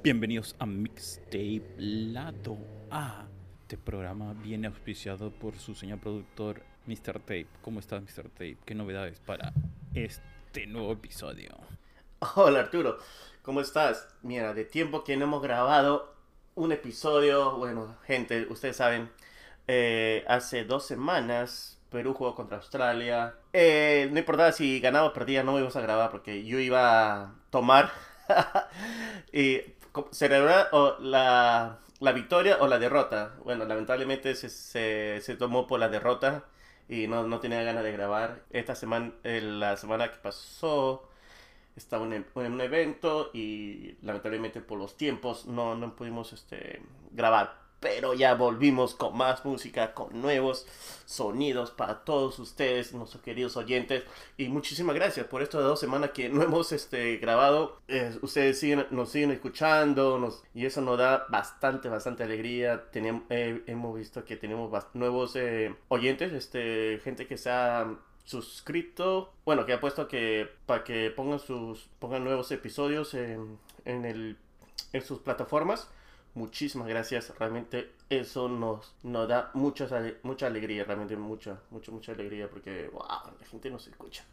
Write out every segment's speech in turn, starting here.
Bienvenidos a Mixtape Lado A. Este programa viene auspiciado por su señor productor Mr. Tape. ¿Cómo estás, Mr. Tape? ¿Qué novedades para este nuevo episodio? Hola Arturo, ¿cómo estás? Mira, de tiempo que no hemos grabado un episodio, bueno, gente, ustedes saben, hace 2 semanas Perú jugó contra Australia. No importaba si ganaba o perdía, no íbamos a grabar porque yo iba a tomar y celebrar la victoria o la derrota. Bueno, lamentablemente se tomó por la derrota y no tenía ganas de grabar. Esta semana, la semana que pasó estaba en un evento y lamentablemente por los tiempos no pudimos grabar. Pero ya volvimos con más música, con nuevos sonidos para todos ustedes, nuestros queridos oyentes. Y muchísimas gracias por estas 2 semanas que no hemos grabado. Ustedes nos siguen escuchando y eso nos da bastante alegría. Hemos visto que tenemos nuevos oyentes, gente que se ha suscrito, bueno, que ha puesto que para que pongan nuevos episodios en sus plataformas. Muchísimas gracias, realmente eso nos da mucha alegría, realmente mucha alegría porque wow, la gente nos escucha.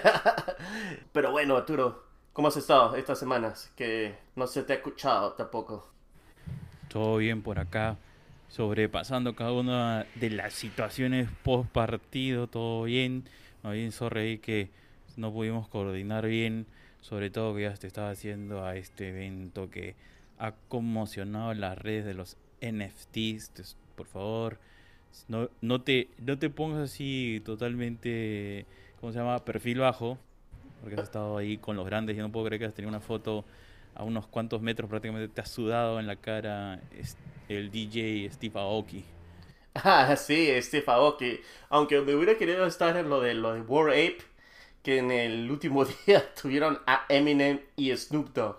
Pero bueno, Arturo, ¿cómo has estado estas semanas? Que no se te ha escuchado tampoco. Todo bien por acá, sobrepasando cada una de las situaciones post partido, todo bien. Más bien sorry que no pudimos coordinar bien, sobre todo que ya te estaba haciendo a este evento que ha conmocionado las redes de los NFTs. Por favor, no te pongas así totalmente, ¿cómo se llama? Perfil bajo, porque has estado ahí con los grandes y no puedo creer que has tenido una foto a unos cuantos metros, prácticamente te ha sudado en la cara el DJ Steve Aoki. Ah, sí, Steve Aoki. Aunque me hubiera querido estar en lo de War Ape, que en el último día tuvieron a Eminem y Snoop Dogg.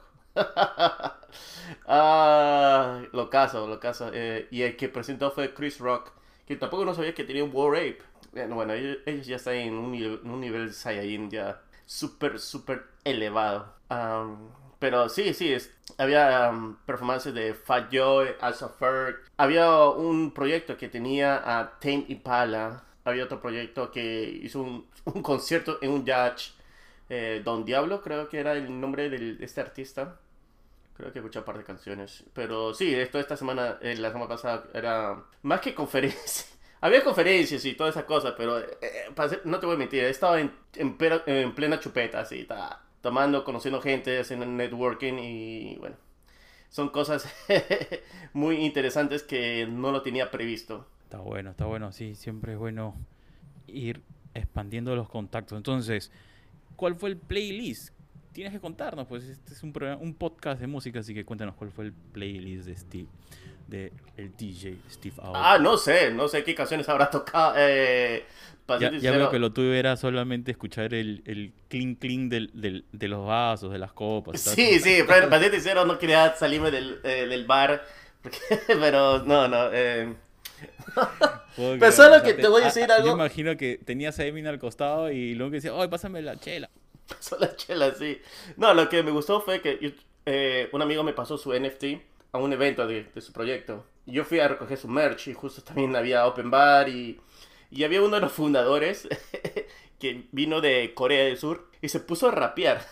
Lo caso. Y el que presentó fue Chris Rock, que tampoco no sabía que tenía un War Ape. Bueno, ellos ya están en un nivel Saiyajin ya súper elevado. Pero sí, había performances de Fat Joe, Asa Ferg. Había un proyecto que tenía a Tame Impala. Había otro proyecto que hizo un concierto en un yacht. Don Diablo creo que era el nombre de este artista. Creo que escuché un par de canciones. Pero sí, esta semana, la semana pasada, era más que conferencia. Había conferencias y todas esas cosas, pero no te voy a mentir, he estado en plena chupeta, así, tomando, conociendo gente, haciendo networking y bueno, son cosas muy interesantes que no lo tenía previsto. Está bueno, sí, siempre es bueno ir expandiendo los contactos. Entonces, ¿cuál fue el playlist? Tienes que contarnos, pues este es un podcast de música, así que cuéntanos cuál fue el playlist de el DJ Steve Aoki. No sé qué canciones habrá tocado. Para ser Ya veo que sincero, lo tuyo era solamente escuchar el clink clink de los vasos, de las copas. Estaba sí, escuchando. sí, para ser sincero, no quería salirme del bar, pero no. Puedo Pero creerlo. O solo sea, que te voy a decir yo algo. imagino que tenías a Eminem al costado y luego que decía, ¡ay, pásame la chela! Pasó la chela, sí. No, lo que me gustó fue que un amigo me pasó su NFT a un evento de su proyecto. Y yo fui a recoger su merch y justo también había open bar y había uno de los fundadores que vino de Corea del Sur y se puso a rapear.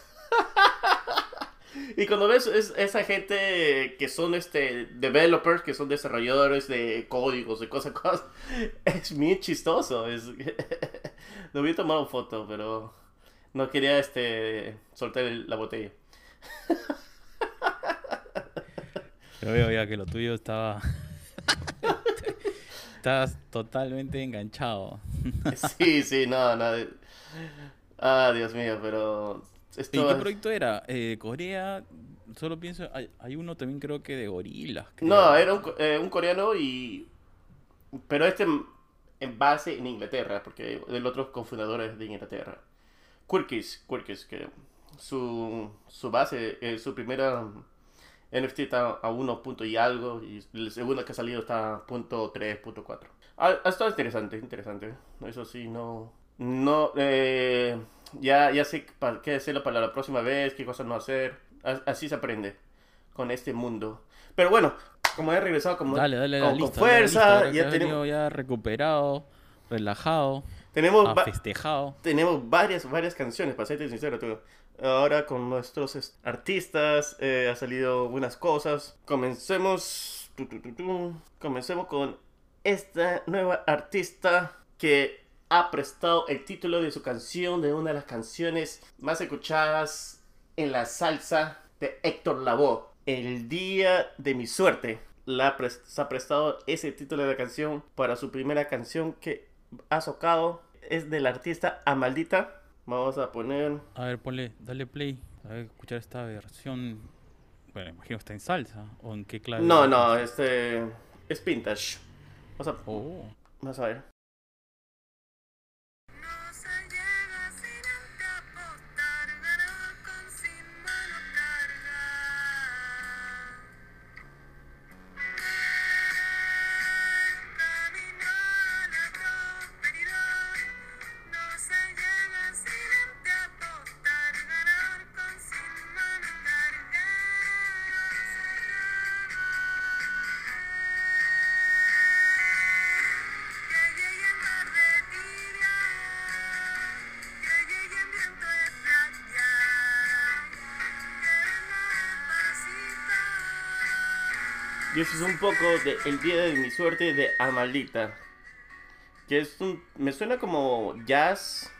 Y cuando ves esa gente que son developers, que son desarrolladores de códigos, de cosas, es bien chistoso. No voy a tomar una foto, pero no quería soltar la botella. Yo veo ya que lo tuyo estabas totalmente enganchado. Sí, no. Ah, Dios mío, pero ¿Y qué esto es... proyecto era? Corea, solo pienso, hay uno también creo que de gorilas, No, creo. era un coreano pero en base en Inglaterra, porque el otro cofundador es de Inglaterra. Quirkis, que su base, su primera NFT está a 1 punto y algo, y el segundo que ha salido está a punto 3, punto 4. Ha estado interesante. Eso sí, no, ya sé qué hacerlo para la próxima vez, qué cosas no hacer. Así se aprende. con este mundo. Pero bueno, como he regresado Dale, con listo, fuerza, ahora que ya has tenemos, venido ya recuperado, relajado, tenemos, va- festejado. tenemos varias canciones, para serte sincero, tú. Ahora con nuestros artistas ha salido buenas cosas. Comencemos con esta nueva artista que ha prestado el título de su canción, de una de las canciones más escuchadas en la salsa de Héctor Lavoe. El día de mi suerte. Se ha prestado ese título de la canción para su primera canción que ha sacado. Es del artista Amaldita. Vamos a poner... A ver, dale play, a ver, escuchar esta versión. Bueno, imagino que está en salsa, o en qué clave No, la no, puesto. es vintage. Oh, Vamos a ver. Y eso es un poco de El día de mi suerte de Amaldita. Que es un... Me suena como jazz.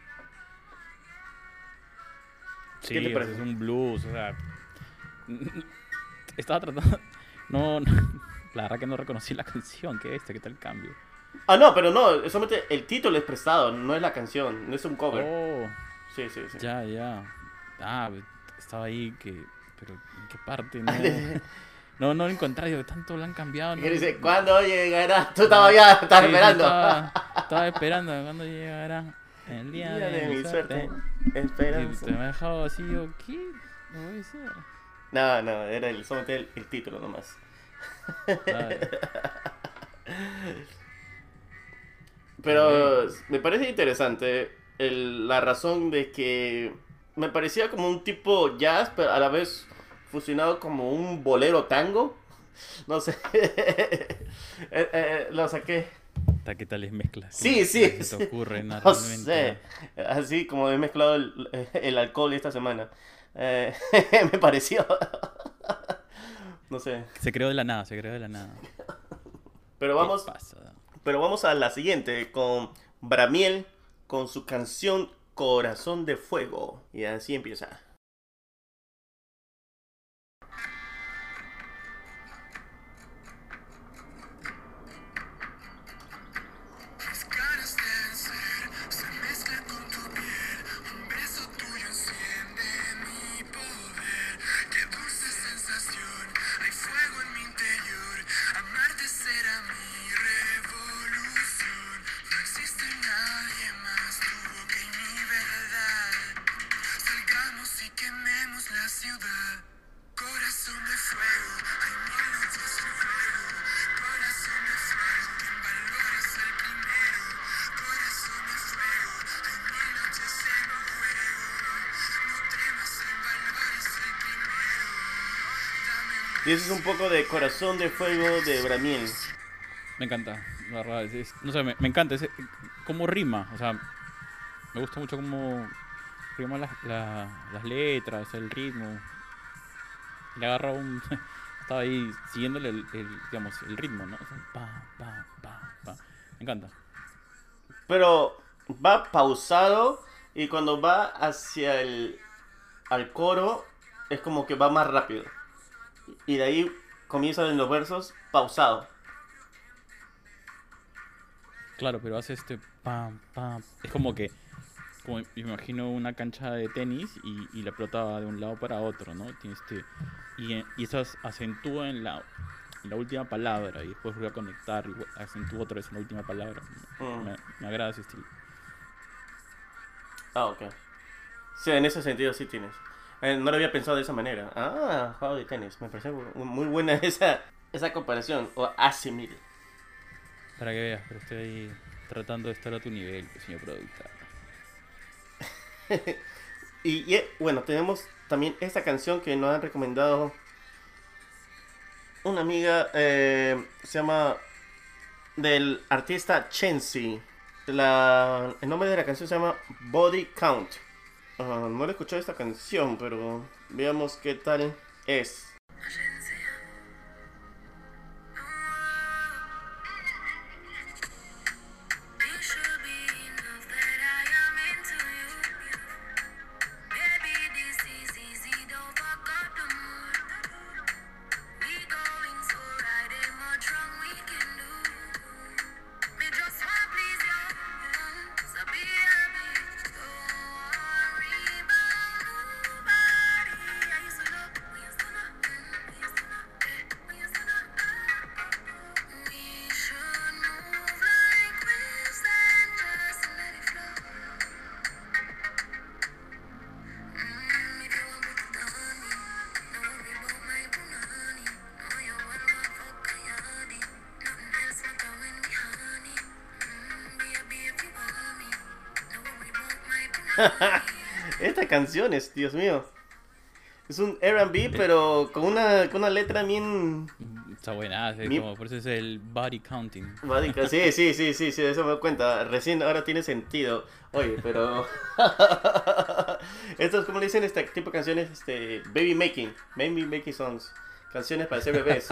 ¿Qué te sí, o sea, es parece? un blues, o sea, estaba tratando, no, la verdad que no reconocí la canción, ¿qué tal el cambio? Ah, no, pero no, solamente el título es prestado, no es la canción, no es un cover. Oh, Sí, sí, sí. ya, estaba ahí pero ¿en qué parte? No lo encontré, digo, tanto lo han cambiado, Y no, él dice, ¿cuándo llegará? Tú estabas ya, estabas sí, esperando. estaba esperando cuando llegará el El día día de de mi mi suerte, suerte. Sí, esperanza. te me ha dejado así, yo, ¿qué? No puede ser. No, no, era solamente el título nomás. Claro. Pero me parece interesante la razón de que me parecía como un tipo jazz, pero a la vez fusionado como un bolero tango. No sé. Lo saqué. ¿Qué tales mezclas Sí, que sí, se te sí. ocurren No realmente? sé. Así como he mezclado el alcohol esta semana. Eh, me pareció. No sé. Se creó de la nada. Pero ¿Qué vamos, pasa? pero vamos a la siguiente con Bramiel con su canción Corazón de Fuego. Y así empieza. Mis caras deben ser, se mezclan con tu piel. Un beso tuyo enciende mi poder. Qué dulce sensación, hay fuego en mi interior. Amarte será mi revolución. No existe nadie más, tu boca y mi verdad. Salgamos y quememos la ciudad. Corazón de fuego, hay mil noches en fuego. Corazón de fuego, en valor es el primero. Corazón de fuego, hay mil noches en juego. No temas, el valor es el primero. Dame Y eso es un poco de Corazón de Fuego de Bramiel. Me encanta, la verdad. No sé, me encanta cómo rima. O sea, me gusta mucho cómo rima las letras, el ritmo. Le agarra un. Estaba ahí siguiéndole digamos, el ritmo, ¿no? O sea, pa. Me encanta. Pero va pausado y cuando va hacia el al coro es como que va más rápido. Y de ahí comienzan en los versos pausado. Claro, pero hace este pam. Es como me imagino una cancha de tenis y la pelota va de un lado para otro, ¿no? Tiene y eso acentúa en la última palabra y después voy a conectar y acentúa otra vez en la última palabra. Mm. Me agrada ese estilo. Ah, ok. Sí, en ese sentido sí tienes. No lo había pensado de esa manera. Ah, juego de tenis. Me parece muy buena esa comparación. O asimil. Para que veas, pero estoy ahí tratando de estar a tu nivel, señor productor. Bueno, tenemos también esta canción que nos han recomendado una amiga, se llama, del artista Chenzi. El nombre de la canción se llama Body Count. No le he escuchado esta canción, pero veamos qué tal es. Esta canción es, Dios mío, es un R&B, pero con una letra bien... Está buena, como, por eso es el body counting. Sí, de eso me doy cuenta. Recién ahora tiene sentido. Oye, pero... Esto es como le dicen este tipo de canciones, baby making songs. Canciones para hacer bebés.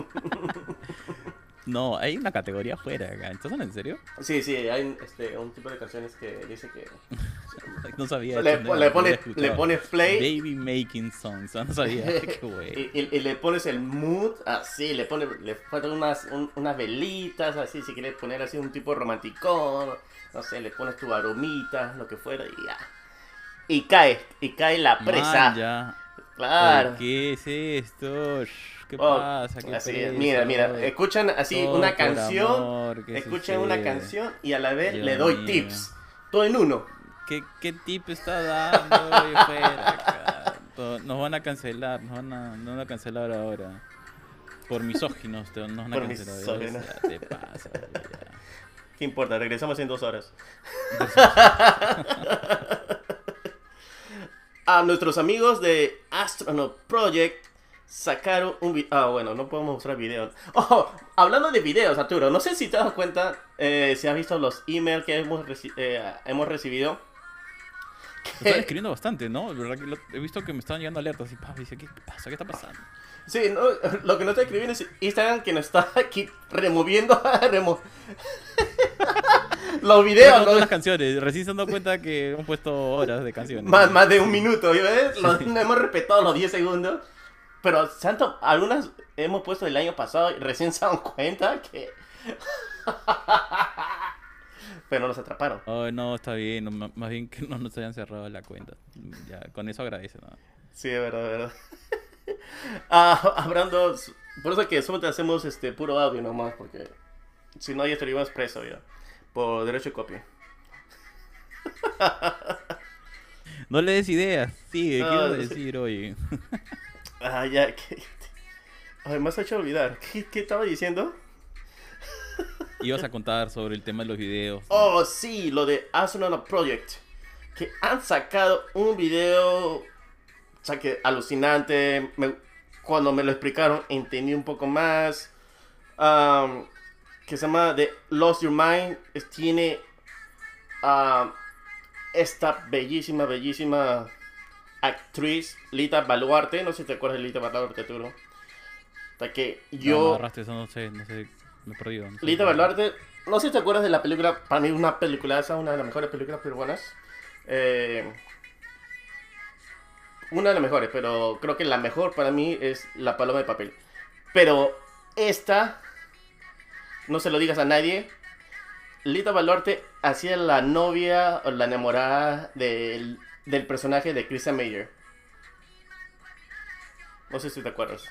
No, hay una categoría afuera acá. ¿Estás en serio? Sí, hay un tipo de canciones que dice que... No sabía. Le pones play. Baby making songs. No sabía. Qué güey. Y le pones el mood así, le pones unas velitas así, si quieres poner así un tipo romanticón, no sé, le pones tu aromita, lo que fuera y ya. Y cae la presa. Man, ya. Claro. ¿Qué es esto? ¿Qué pasa? ¿Qué así presa? es. Mira, escuchan así Todo una por canción, amor, ¿qué escuchan una sucede? canción y a la vez Dios le doy mío. tips. Todo en uno. ¿Qué tip está dando? Oye, fuera acá. Nos van a cancelar, nos van a cancelar ahora. Por misóginos nos van a Por cancelar. misóginos. Ya te pasa, ya. ¿Qué importa? Regresamos en 2 horas. A nuestros amigos de Astronaut Project sacaron un video. Bueno, no podemos mostrar videos. Oh, hablando de videos, Arturo, no sé si te das cuenta, si has visto los emails que hemos recibido. Me están escribiendo bastante, ¿no? La verdad que he visto que me estaban llegando alertas y dice, ¿qué pasa? ¿Qué está pasando? Sí, no, lo que no está escribiendo es Instagram, que nos está aquí removiendo los videos. Todas las canciones, recién se han dado cuenta que hemos puesto horas de canciones. Más de un minuto, ¿ves? No hemos respetado los 10 segundos. Pero santo, algunas hemos puesto el año pasado y recién se dan cuenta que... Pero nos atraparon. Oh, no, está bien, más bien que no nos hayan cerrado la cuenta. Ya, con eso agradece, ¿no? Sí, de verdad. Hablando... Por eso que solamente hacemos puro audio nomás, porque si no ya estaríamos presos ya. Por derecho de copia. No le des ideas, sigue, ¿qué No, ibas a sí. decir hoy? Ya, Ay, me has hecho olvidar. ¿Qué estaba diciendo? Ibas a contar sobre el tema de los videos. Oh, sí, lo de Astronaut Project. Que han sacado un video, o sea, que alucinante. Cuando me lo explicaron, entendí un poco más. Que se llama The Lost Your Mind. Tiene esta bellísima actriz, Lita Baluarte. No sé si te acuerdas de Lita Baluarte, Arturo. O sea, que No, yo... me agarraste eso, no sé, me he perdido. No sé. Lita Baluarte, no sé si te acuerdas de la película, para mí una peliculaza, una de las mejores películas peruanas. Una de las mejores, pero creo que la mejor para mí es La Paloma de Papel. Pero esta, no se lo digas a nadie, Lita Baluarte hacía la novia o la enamorada del personaje de Christian Meyer. No sé si te acuerdas.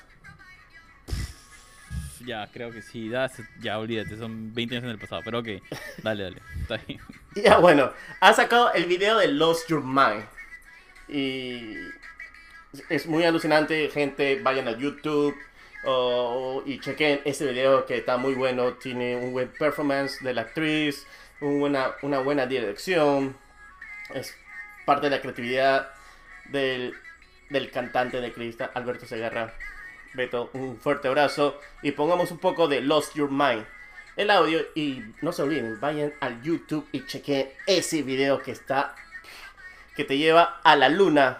Ya, creo que sí, ya olvídate, son 20 años en el pasado, pero ok, dale, está bien. Ya, bueno, ha sacado el video de Lost Your Mind. Y es muy alucinante, gente, vayan a YouTube y chequen ese video que está muy bueno. Tiene un buen performance de la actriz, una buena dirección. Es parte de la creatividad del cantante de Crista, Alberto Segarra. Beto, un fuerte abrazo. Y pongamos un poco de Lost Your Mind. El audio. Y no se olviden, vayan al YouTube y chequen ese video que está... que te lleva a la luna.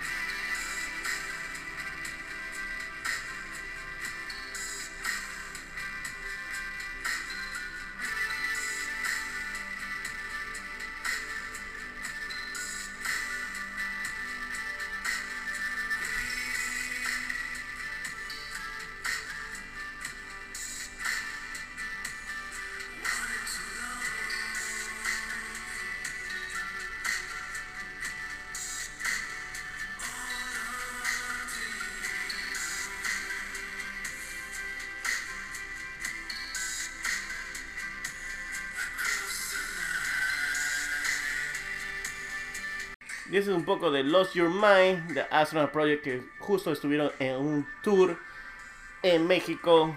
Y eso es un poco de Lost Your Mind, de Astronaut Project, que justo estuvieron en un tour en México.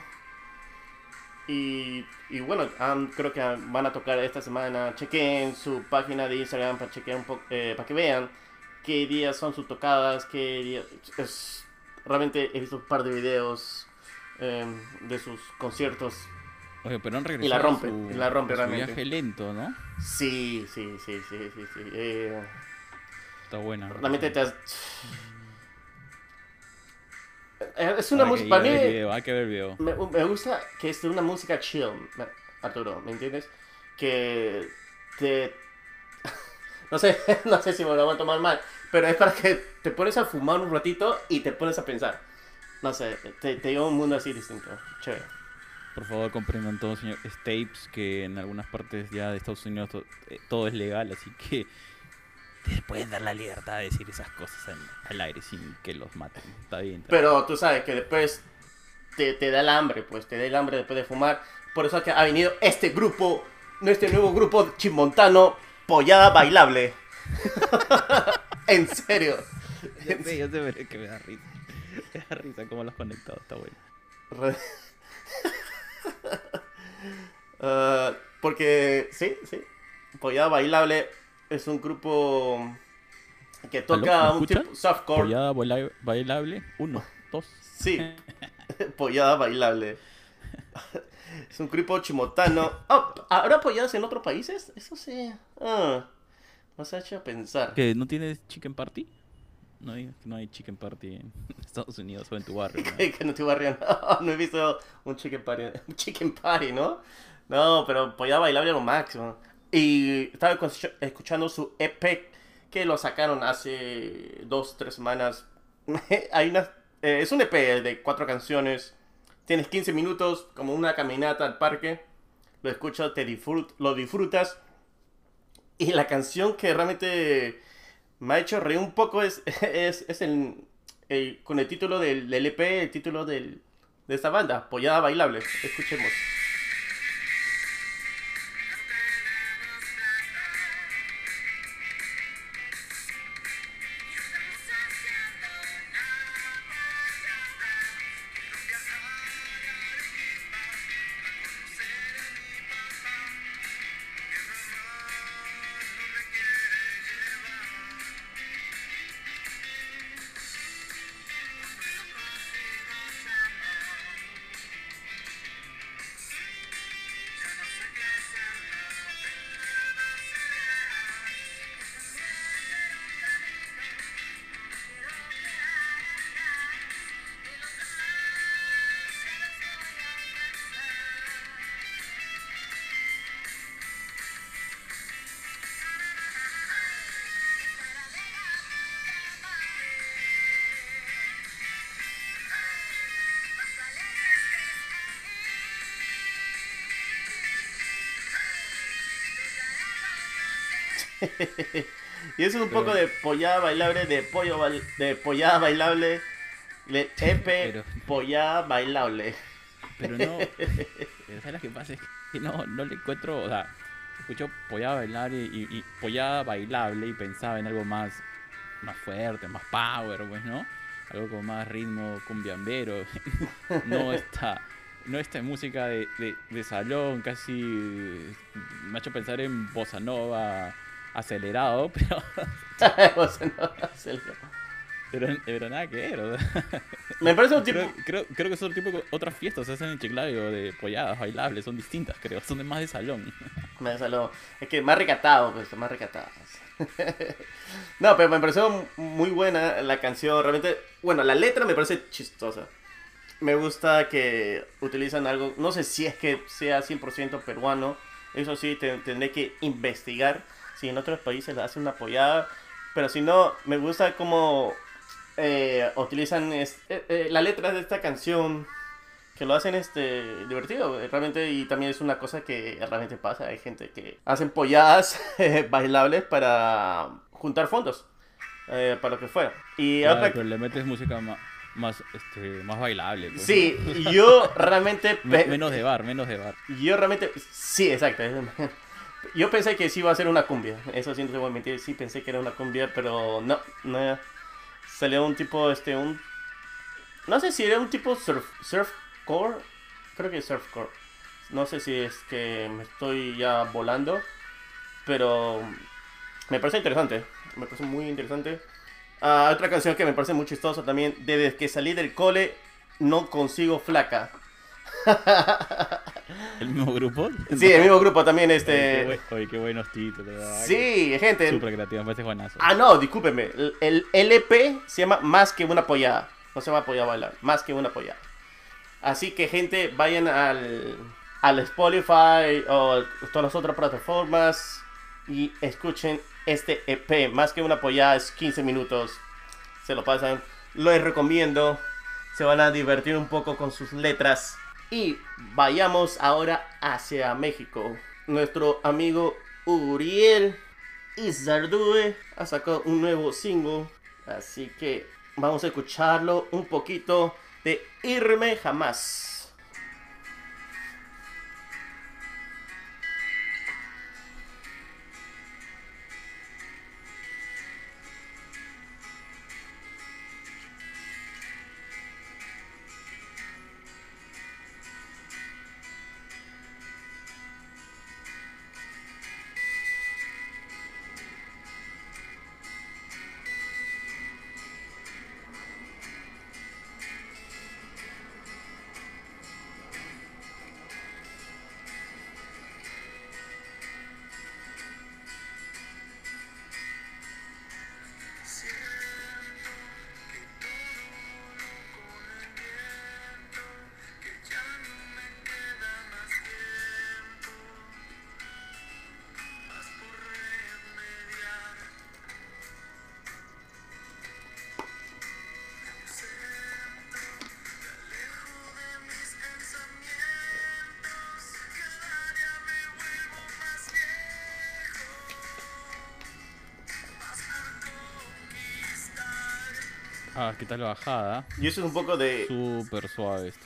Y bueno, creo que van a tocar esta semana. Chequen su página de Instagram para chequear un poco, para que vean qué días son sus tocadas, qué días... realmente he visto un par de videos de sus conciertos. Oye, pero han regresado Y la rompe, su, la rompe a su realmente. viaje lento, ¿no? Sí. Está buena. Realmente es una música... Para mí Hay que ver el video. me gusta que es una música chill, Arturo, ¿me entiendes? Que te... no sé si me lo van a tomar mal, pero es para que te pones a fumar un ratito y te pones a pensar. No sé, te lleva a un mundo así distinto. Chévere. Por favor, comprendan todos, señor Stapes, que en algunas partes ya de Estados Unidos todo es legal, así que te pueden dar la libertad de decir esas cosas al aire sin que los maten. Está bien. Pero tú sabes que después te da el hambre, pues te da el hambre después de fumar. Por eso es que ha venido este grupo, este nuevo grupo chimontano, Pollada Bailable. En serio. Yo sé, pero es que me da risa. Me da risa cómo lo has conectado, está bueno. Porque sí, Pollada Bailable es un grupo que toca ¿Aló? ¿Me un escuchan? tipo softcore. Pollada bailable. 1, 2. Sí, Pollada Bailable. Es un grupo chimotano. ¿Habrá polladas en otros países? Eso sí. Nos ha hecho pensar. ¿Que no tienes chicken party? No hay chicken party en Estados Unidos o en tu barrio, ¿no? Que no estoy barriendo. No he visto un chicken party. Un chicken party, ¿no? No, pero Pollada Bailable es lo máximo. Y estaba escuchando su EP que lo sacaron hace 2-3 semanas. Hay es un EP de 4 canciones. Tienes 15 minutos, como una caminata al parque. Lo escuchas, lo disfrutas. Y la canción que realmente me ha hecho reír un poco es con el título del EP, el título de esta banda, Pollada Bailable. Escuchemos. Y eso es un poco de Pollada Bailable, de Pollada Bailable, de EP Pero- Pollada Bailable. Pero no. ¿Sabes lo que pasa? Es que no le encuentro. O sea, escucho Pollada Bailable y Pollada Bailable y pensaba en algo más fuerte, más power, pues, ¿no? Algo con más ritmo cumbiambero. No esta música de salón, casi me ha hecho pensar en bossa nova acelerado, pero O sea, no, se lo- Pero nada que ver, o sea. Me parece un tipo... Creo que son tipo otras fiestas se hacen en Chiclayo de polladas bailables, son distintas, creo, son de más de salón. Me saló. Es que más recatado, pues, más recatados. No, pero me pareció muy buena la canción. Realmente, bueno, la letra me parece chistosa. Me gusta que utilizan algo, no sé si es que sea 100% peruano. Eso sí, tendré que investigar si en otros países la hacen una pollada. Pero si no, me gusta cómo utilizan la letra de esta canción, que lo hacen divertido realmente, y también es una cosa que realmente pasa. Hay gente que hacen polladas bailables para juntar fondos para lo que fuera. Y Claro, otra, pero le metes música más bailable, pues. sí, yo realmente Menos de bar, menos de bar. yo realmente sí, exacto. Yo pensé que sí iba a ser una cumbia, eso sí, no te voy a mentir, sí pensé que era una cumbia, pero no, no. Salió un tipo, no sé si era un tipo surfcore, creo que es surfcore. No sé si es que me estoy ya volando, pero me parece interesante, me parece muy interesante. Otra canción que me parece muy chistosa también, desde que salí del cole no consigo flaca. ¿El mismo grupo? Sí, el mismo grupo también, Oye, qué buenos títulos, ¿verdad? Sí, gente. Súper creativo, me parece Juanazo. No, discúlpeme. El LP se llama Más que una pollada. No se llama pollada bailar, Más que una pollada. Así que, gente, vayan al Spotify o todas las otras plataformas y escuchen este EP. Más que una pollada es 15 minutos. Se lo pasan. Les recomiendo. Se van a divertir un poco con sus letras. Y vayamos ahora hacia México. Nuestro amigo Uriel Izardue ha sacado un nuevo single. Así que vamos a escucharlo un poquito de Irme Jamás. ¿Qué tal la bajada? Y eso es un poco de Súper suave esto.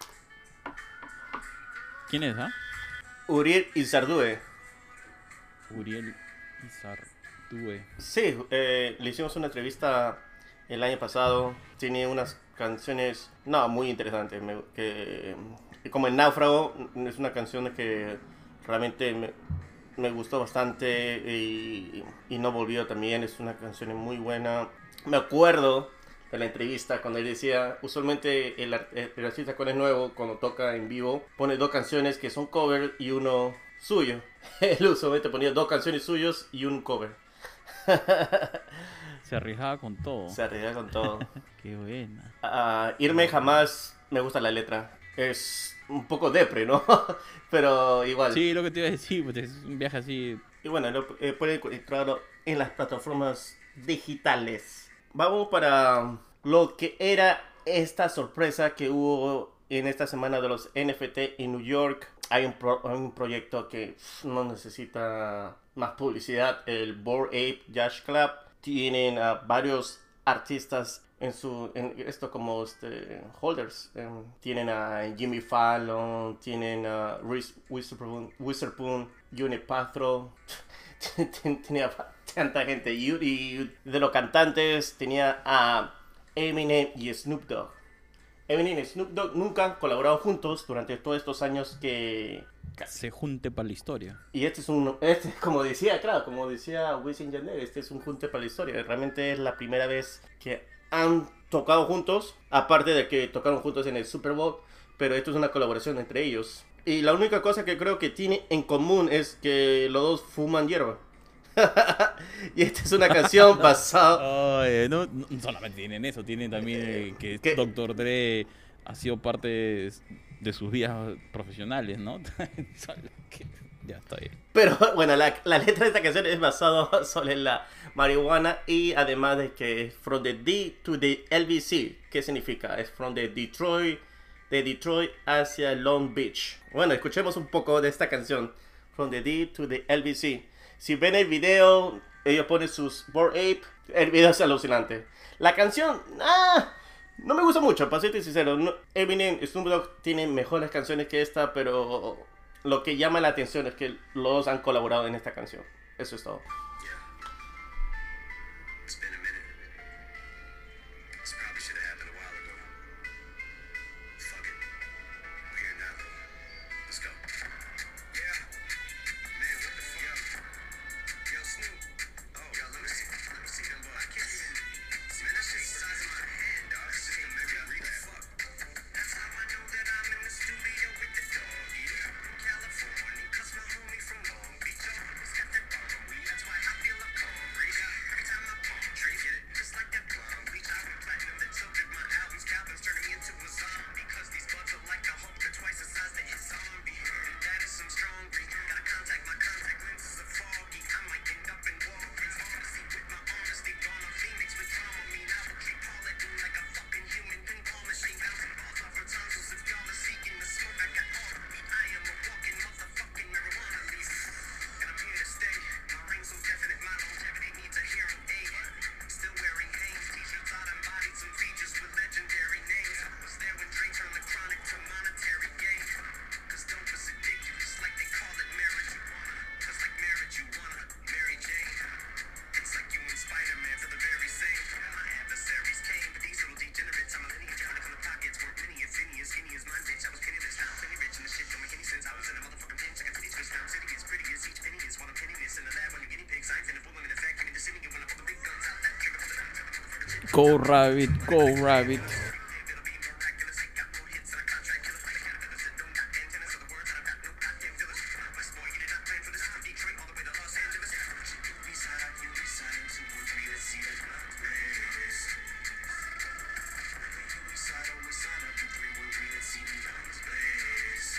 ¿Quién es, Uriel Izardue. Uriel Izardue. Sí, le hicimos una entrevista el año pasado. Tiene unas canciones, no, muy interesantes. Como El Náufrago, es una canción que realmente me gustó bastante. Y No Volvió también, es una canción muy buena. Me acuerdo de la entrevista cuando él decía, usualmente el artista cuando es nuevo, cuando toca en vivo, pone dos canciones que son cover y uno suyo. Él usualmente ponía dos canciones suyos y un cover. Se arriesgaba con todo. Se arriesga con todo. Qué buena. Irme Jamás, me gusta la letra. Es un poco depre, ¿no? Pero igual. Sí, lo que te iba a decir, pues es un viaje así. Y bueno, pueden encontrarlo en las plataformas digitales. Vamos para lo que era esta sorpresa que hubo en esta semana de los NFT en New York. Hay un proyecto que no necesita más publicidad, el Bored Ape Yacht Club. Tienen varios artistas en esto como holders. Tienen a Jimmy Fallon, tienen a Reese Witherspoon, Gwyneth Paltrow. Tenía tanta gente. Y de los cantantes tenía a Eminem y Snoop Dogg. Eminem y Snoop Dogg nunca han colaborado juntos durante todos estos años que... Se junte para la historia. Y como decía Wisin y Yandel, este es un junte para la historia. Realmente es la primera vez que han tocado juntos, aparte de que tocaron juntos en el Super Bowl, pero esto es una colaboración entre ellos. Y la única cosa que creo que tiene en común es que los dos fuman hierba. Y esta es una canción basada... No solamente tienen eso, tienen también que ¿Qué? Dr. Dre ha sido parte de sus vidas profesionales, ¿no? Ya está bien. Pero bueno, la letra de esta canción es basada sobre la marihuana y además de que es from the D to the LBC. ¿Qué significa? Es from the Detroit, de Detroit hacia Long Beach. Bueno, escuchemos un poco de esta canción, from the D to the LBC. Si ven el video, ellos ponen sus Bored Ape, el video es alucinante. La canción, no me gusta mucho, para serte sincero. Eminem, Snoop Dogg tienen mejores canciones que esta, pero lo que llama la atención es que los dos han colaborado en esta canción. Eso es todo. It's been a minute. This probably should have happened a while ago. Fuck it. We're here now, though. Let's go. Yeah. Man, what the fuck? Yo, Snoop. Oh, yo, let me see them boys. I can't even. Man, that shit's the size of my hand, dog. That shit can make me read that. Fuck. That's how I know that I'm in the studio with the dog. Yeah, from California. Cause my homie from Long Beach. Always got that bomb weed. That's why I feel a calm breeze. Every time I palm tree, get it just like that blonde bleach. I went platinum, then so did my albums. Calvin's turning me into a zombie. Cause these buds are like a Hulk. They're twice the size that his zombie. And that is some strong breed. Gotta contact my contact lenses are foggy. I might end up in Walgreens pharmacy with my honesty. Gone on Phoenix with trauma. Me now will keep Paulating like a fucking human pinball machine. Bouncing balls off her tonsils. If y'all are seeking the smoke, I got all of me. I am a walking motherfucking marijuana leaf. And I'm here to stay. My ring's so definite, my longevity needs a hearing aid. Still wearing Hanes t-shirts, I embodied some features with legendary names. I was there when Dre turned the chronic to monetary gain. Cause dope is addictive, just like they call it marijuana. Just like marriage, you wanna Mary Jane. It's like you and Spider-Man for the very same. My adversaries came, but these little degenerates, I'm a lineage. Running from the pockets, work many as skinny as mine, bitch. I was penniless, now I'm penny rich, and the shit don't make any sense. I was in a motherfucking pinch, I got titties switched, now I'm sitting as pretty as each penny is. While I'm penniless in the lab, when you're guinea pigs, I ain't finna fool them in the factory, in the city, you wanna pull the big guns out, that trigger for the Go Rabbit, go Rabbit. it'll be miraculous. Ain't got more hits than a contract killer. Like a caterpillar that don't got antennas for the words, and I've got no goddamn fillers. West boy, you did not plan for this. From Detroit all the way to Los Angeles. You reside, 213, let's see that blaze. You reside, always sign up, 313, let's see the guns blaze.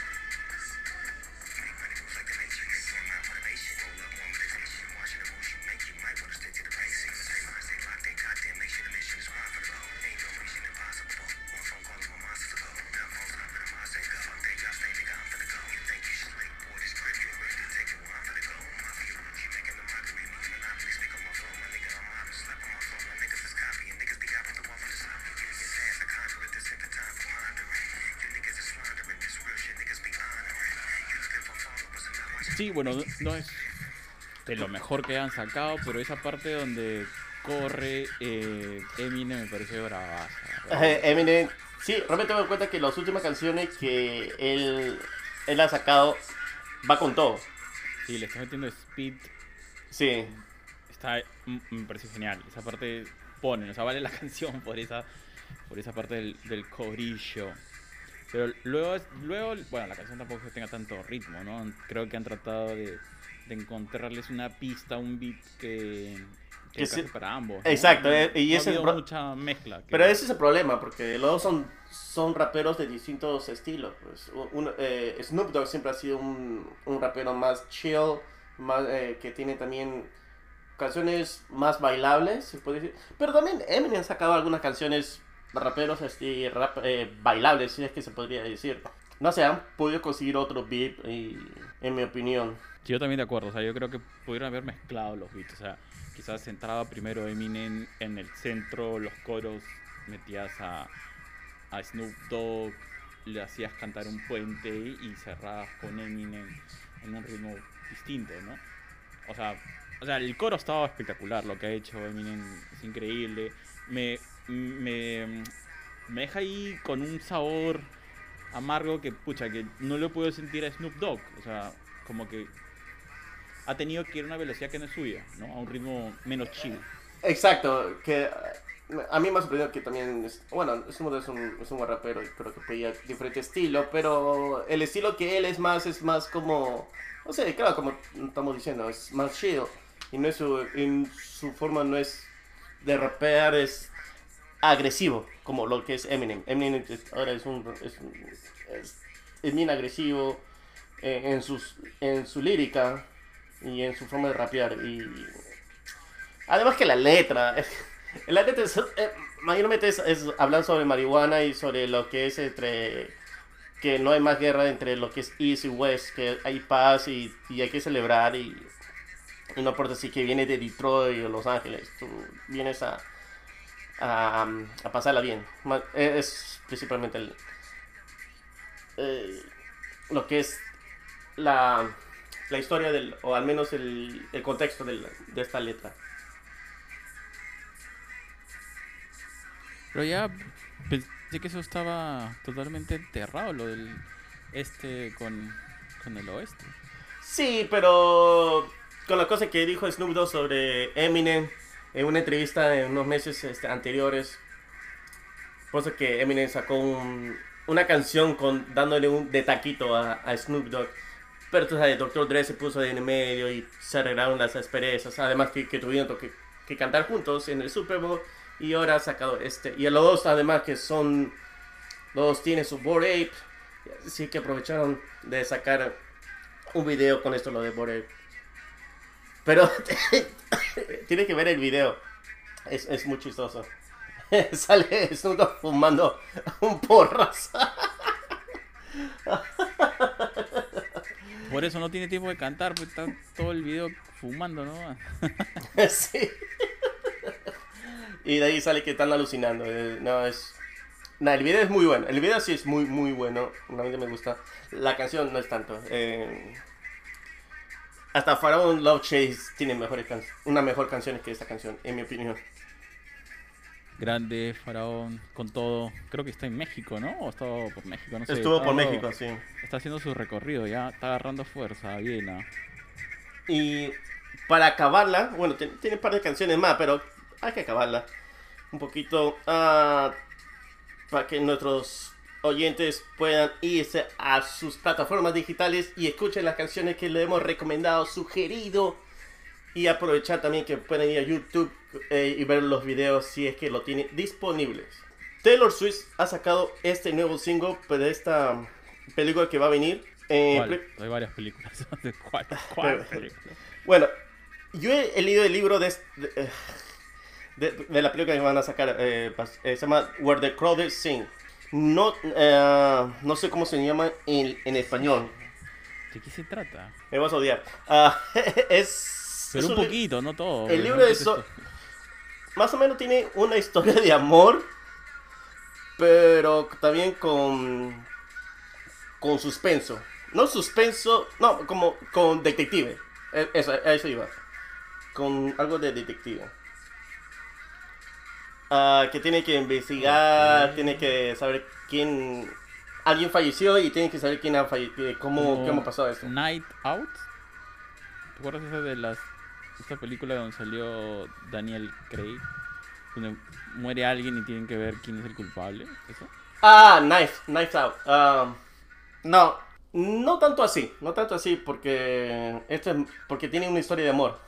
Make money moves like the Matrix. Form my motivation, roll up more meditation. Watching the moves you make, you might wanna stick to the basics. Stay locked, stay locked, they goddamn make sure the mission is profitable. Ain't no mission impossible. One phone call and my monster go. Now phones up and my say go. Fuck that, y'all stay, nigga, I'm finna go. You think you slick, boy, this grip, you ready to take it where I'm finna go. Mafia, keep making the mockery, me monopoly, stick on my flow. My nigga, I'm honest, slap on my flow. My niggas is copying, niggas be out with the wall for the sloppy. You get fast, I conquer it, this ain't the time for pondering. You niggas is floundering, this real shit, niggas be honoring. You looking for followers and not watching. Sí, bueno, no es de lo mejor que han sacado, pero esa parte donde corre Eminem me parece bravaza. Eminem, sí, realmente me doy cuenta que las últimas canciones que él ha sacado va con todo. Sí, le está metiendo speed, Sí, me parece genial. Esa parte pone, o sea, vale la canción por esa parte del corillo. Pero luego, bueno, la canción tampoco es que tenga tanto ritmo, ¿no? Creo que han tratado de encontrarles una pista, un beat que encaje para ambos, ¿no? exacto, y no ha ese es habido el mucha mezcla. pero ese es el problema, porque los dos son raperos de distintos estilos. Pues. Snoop Dogg siempre ha sido un rapero más chill, más, que tiene también canciones más bailables, se puede decir. Pero también Eminem ha sacado algunas canciones raperos así, bailables, si es que se podría decir. No sé, han podido conseguir otro beat, en mi opinión. Sí, yo también de acuerdo, o sea, yo creo que pudieron haber mezclado los beats, o sea, quizás entraba primero Eminem en el centro, los coros, metías a Snoop Dogg, le hacías cantar un puente y cerrabas con Eminem en un ritmo distinto, ¿no? O sea, el coro estaba espectacular, lo que ha hecho Eminem es increíble, me deja ahí con un sabor amargo que, pucha, que no lo puedo sentir a Snoop Dogg, o sea, como que ha tenido que ir a una velocidad que no es suya, ¿no? A un ritmo menos chill. Exacto, que A mí me ha sorprendido que también, bueno, Snoop Dogg es un buen rapero y creo que pedía diferente estilo, pero el estilo que él es más como, no sé, claro, como estamos diciendo, es más chill. Y no es en su forma no es de rapear, es agresivo, como lo que es Eminem. Eminem ahora es bien agresivo en su lírica y en su forma de rapear. Y además que la letra es, mayormente es hablar sobre marihuana y sobre lo que es que no hay más guerra entre lo que es East y West, que hay paz y hay que celebrar y no importa si que vienes de Detroit o Los Ángeles, tú vienes a pasarla bien. Es principalmente lo que es la historia o al menos el contexto de esta letra. Pero ya pensé que eso estaba totalmente enterrado, lo del este con el oeste. Sí, pero con la cosa que dijo Snoop Dogg sobre Eminem en una entrevista en unos meses anteriores, puso que Eminem sacó una canción dándole un de taquito a Snoop Dogg. Pero tú sabes, Dr. Dre se puso en el medio y se arreglaron las asperezas. Además que tuvieron que cantar juntos en el Super Bowl. Y ahora ha sacado y los dos además que son, los dos tienen su Bored Ape. Así que aprovecharon de sacar un video con esto, lo de Bored Ape. Pero tienes que ver el video. Es muy chistoso. Sale Snoop Dogg fumando un porras. Por eso no tiene tiempo de cantar, pues está todo el video fumando, ¿no? Sí. Y de ahí sale que están alucinando. No, el video es muy bueno. El video sí es muy, muy bueno. A mí me gusta. La canción no es tanto. Hasta Pharaoh Love Chase tiene una mejor canción que esta canción, en mi opinión. Grande, Faraón, con todo. Creo que está en México, ¿no? O estaba por México, no sé. Estuvo por México, sí. Está haciendo su recorrido, ya está agarrando fuerza, bien. Y para acabarla, bueno, tiene un par de canciones más, pero hay que acabarla un poquito para que nuestros oyentes puedan irse a sus plataformas digitales y escuchen las canciones que le hemos recomendado, sugerido, y aprovechar también que pueden ir a YouTube y ver los videos si es que lo tienen disponibles. Taylor Swift ha sacado este nuevo single de esta película que va a venir. ¿Cuál? Hay varias películas. ¿Cuál película? Bueno, yo he leído el libro de la película que van a sacar. Se llama Where the Crowd Sing. No sé cómo se llama en español. ¿De qué se trata? Me vas a odiar. Pero un poquito, no todo. El libro de más o menos tiene una historia de amor, pero también con suspenso. No suspenso, no, como con detective. Eso iba. Con algo de detective. Que tiene que investigar, tiene que saber quién... Alguien falleció y tiene que saber quién ha fallecido, cómo pasó esto. Night Out. ¿Te acuerdas esta película donde salió Daniel Craig? Donde muere alguien y tienen que ver quién es el culpable. ¿Eso? Knives Out. No tanto así. No tanto así porque porque tiene una historia de amor.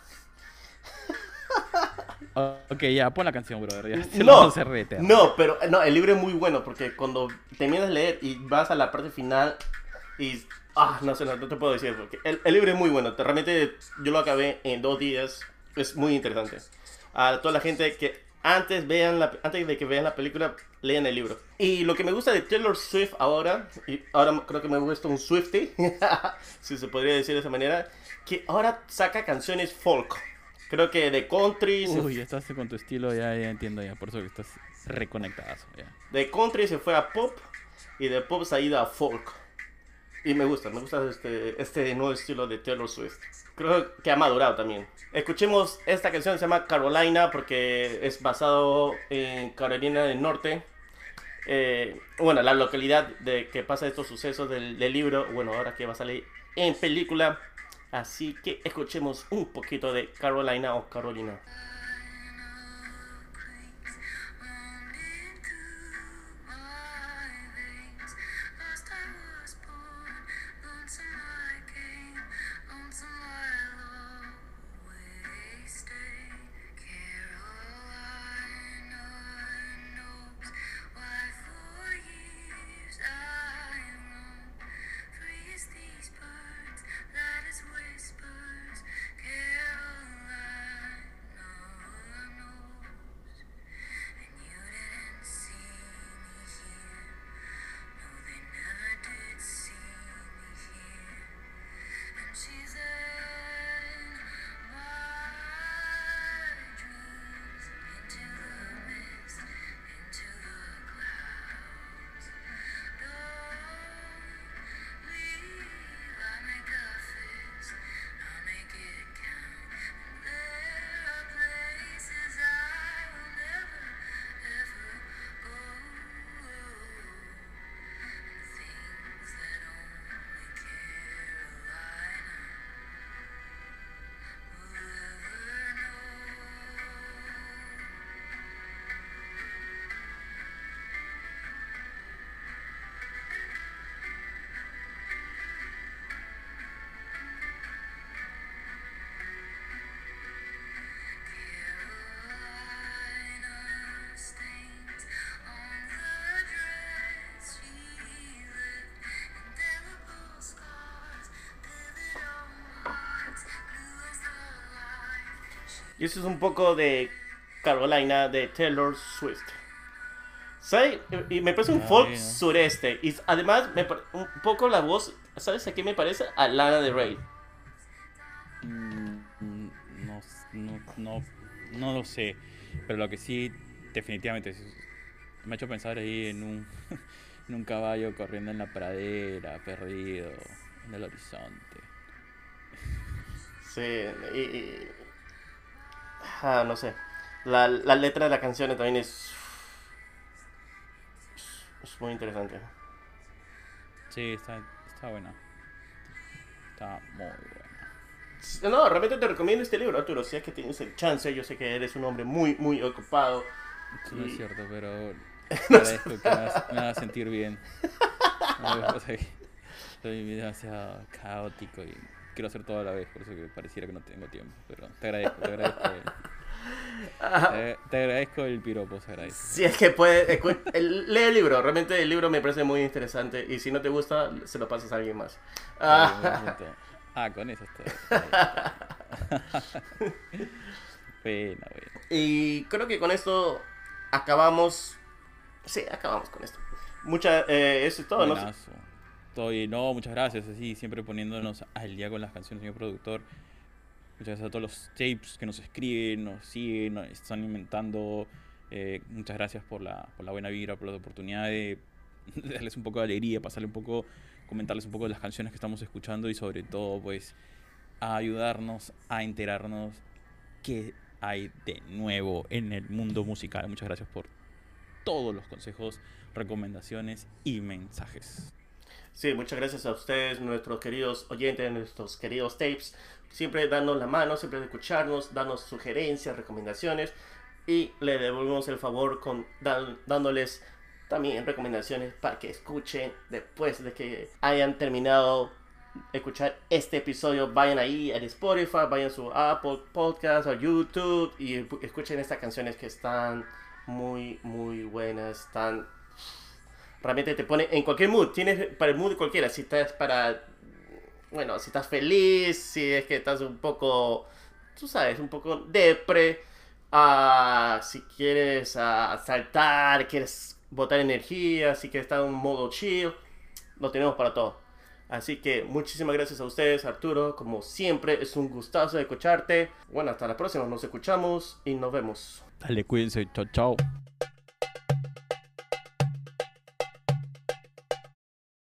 Ok, ya, pon la canción, brother. Ya, pero el libro es muy bueno porque cuando terminas de leer y vas a la parte final y... no te puedo decir porque el libro es muy bueno. Realmente yo lo acabé en 2 días. Es muy interesante. A toda la gente que antes de que vean la película, lean el libro. Y lo que me gusta de Taylor Swift ahora, y ahora creo que me gusta un Swiftie, si se podría decir de esa manera, que ahora saca canciones folk. Creo que de country... Uy, estás con tu estilo, ya entiendo ya, por eso que estás reconectadazo. Ya. De country se fue a pop y de pop se ha ido a folk. Y me gusta este nuevo estilo de Taylor Swift. Creo que ha madurado también. Escuchemos esta canción, se llama Carolina porque es basado en Carolina del Norte. La localidad de que pasa estos sucesos del libro. Bueno, ahora que va a salir en película. Así que escuchemos un poquito de Carolina o Carolina. Y eso es un poco de Carolina de Taylor Swift. ¿Sabes? Y me parece un folk Bueno. sureste. Y además, un poco la voz, ¿sabes a qué me parece? A Lana del Rey. No, no lo sé, pero lo que sí, definitivamente, me ha hecho pensar ahí en un, en un caballo corriendo en la pradera, perdido, en el horizonte. Sí, no sé. La letra de la canción también es muy interesante. Sí, está buena, está muy buena. No, realmente te recomiendo este libro, Arturo. Si es que tienes el chance, yo sé que eres un hombre muy, muy ocupado. Eso no es Y cierto, pero te agradezco que me haga sentir bien. No, lo que pasa es que soy demasiado caótico y quiero hacer todo a la vez, por eso que pareciera que no tengo tiempo. Pero te agradezco el piropo, se agradece. si es que puedes, lee el libro. Realmente el libro me parece muy interesante. Y si no te gusta, se lo pasas a alguien más. Está bien, buen punto. Con eso estoy. Bueno. Y creo que con esto acabamos. Sí, acabamos con esto. Eso es todo, ¿no? Buenazo. Todo bien. No, muchas gracias. Así, siempre poniéndonos al día con las canciones, señor productor. Muchas gracias a todos los tapes que nos escriben, nos siguen, nos están inventando. Muchas gracias por la buena vibra, por la oportunidad de darles un poco de alegría, pasarle un poco, comentarles un poco de las canciones que estamos escuchando y sobre todo, pues, a ayudarnos a enterarnos qué hay de nuevo en el mundo musical. Muchas gracias por todos los consejos, recomendaciones y mensajes. Sí, muchas gracias a ustedes, nuestros queridos oyentes, nuestros queridos tapes. Siempre darnos la mano, siempre escucharnos, darnos sugerencias, recomendaciones. Y le devolvemos el favor dándoles también recomendaciones para que escuchen después de que hayan terminado de escuchar este episodio. Vayan ahí al Spotify, vayan a su Apple Podcast o YouTube y escuchen estas canciones que están muy, muy buenas. Están realmente te pone en cualquier mood. Tienes para el mood cualquiera. Si estás bueno, si estás feliz, si es que estás un poco, tú sabes, un poco depre. Si quieres saltar, quieres botar energía, si quieres estar en un modo chill, lo tenemos para todo. Así que muchísimas gracias a ustedes, Arturo. Como siempre, es un gustazo escucharte. Bueno, hasta la próxima. Nos escuchamos y nos vemos. Dale, cuídense. Chao, chao.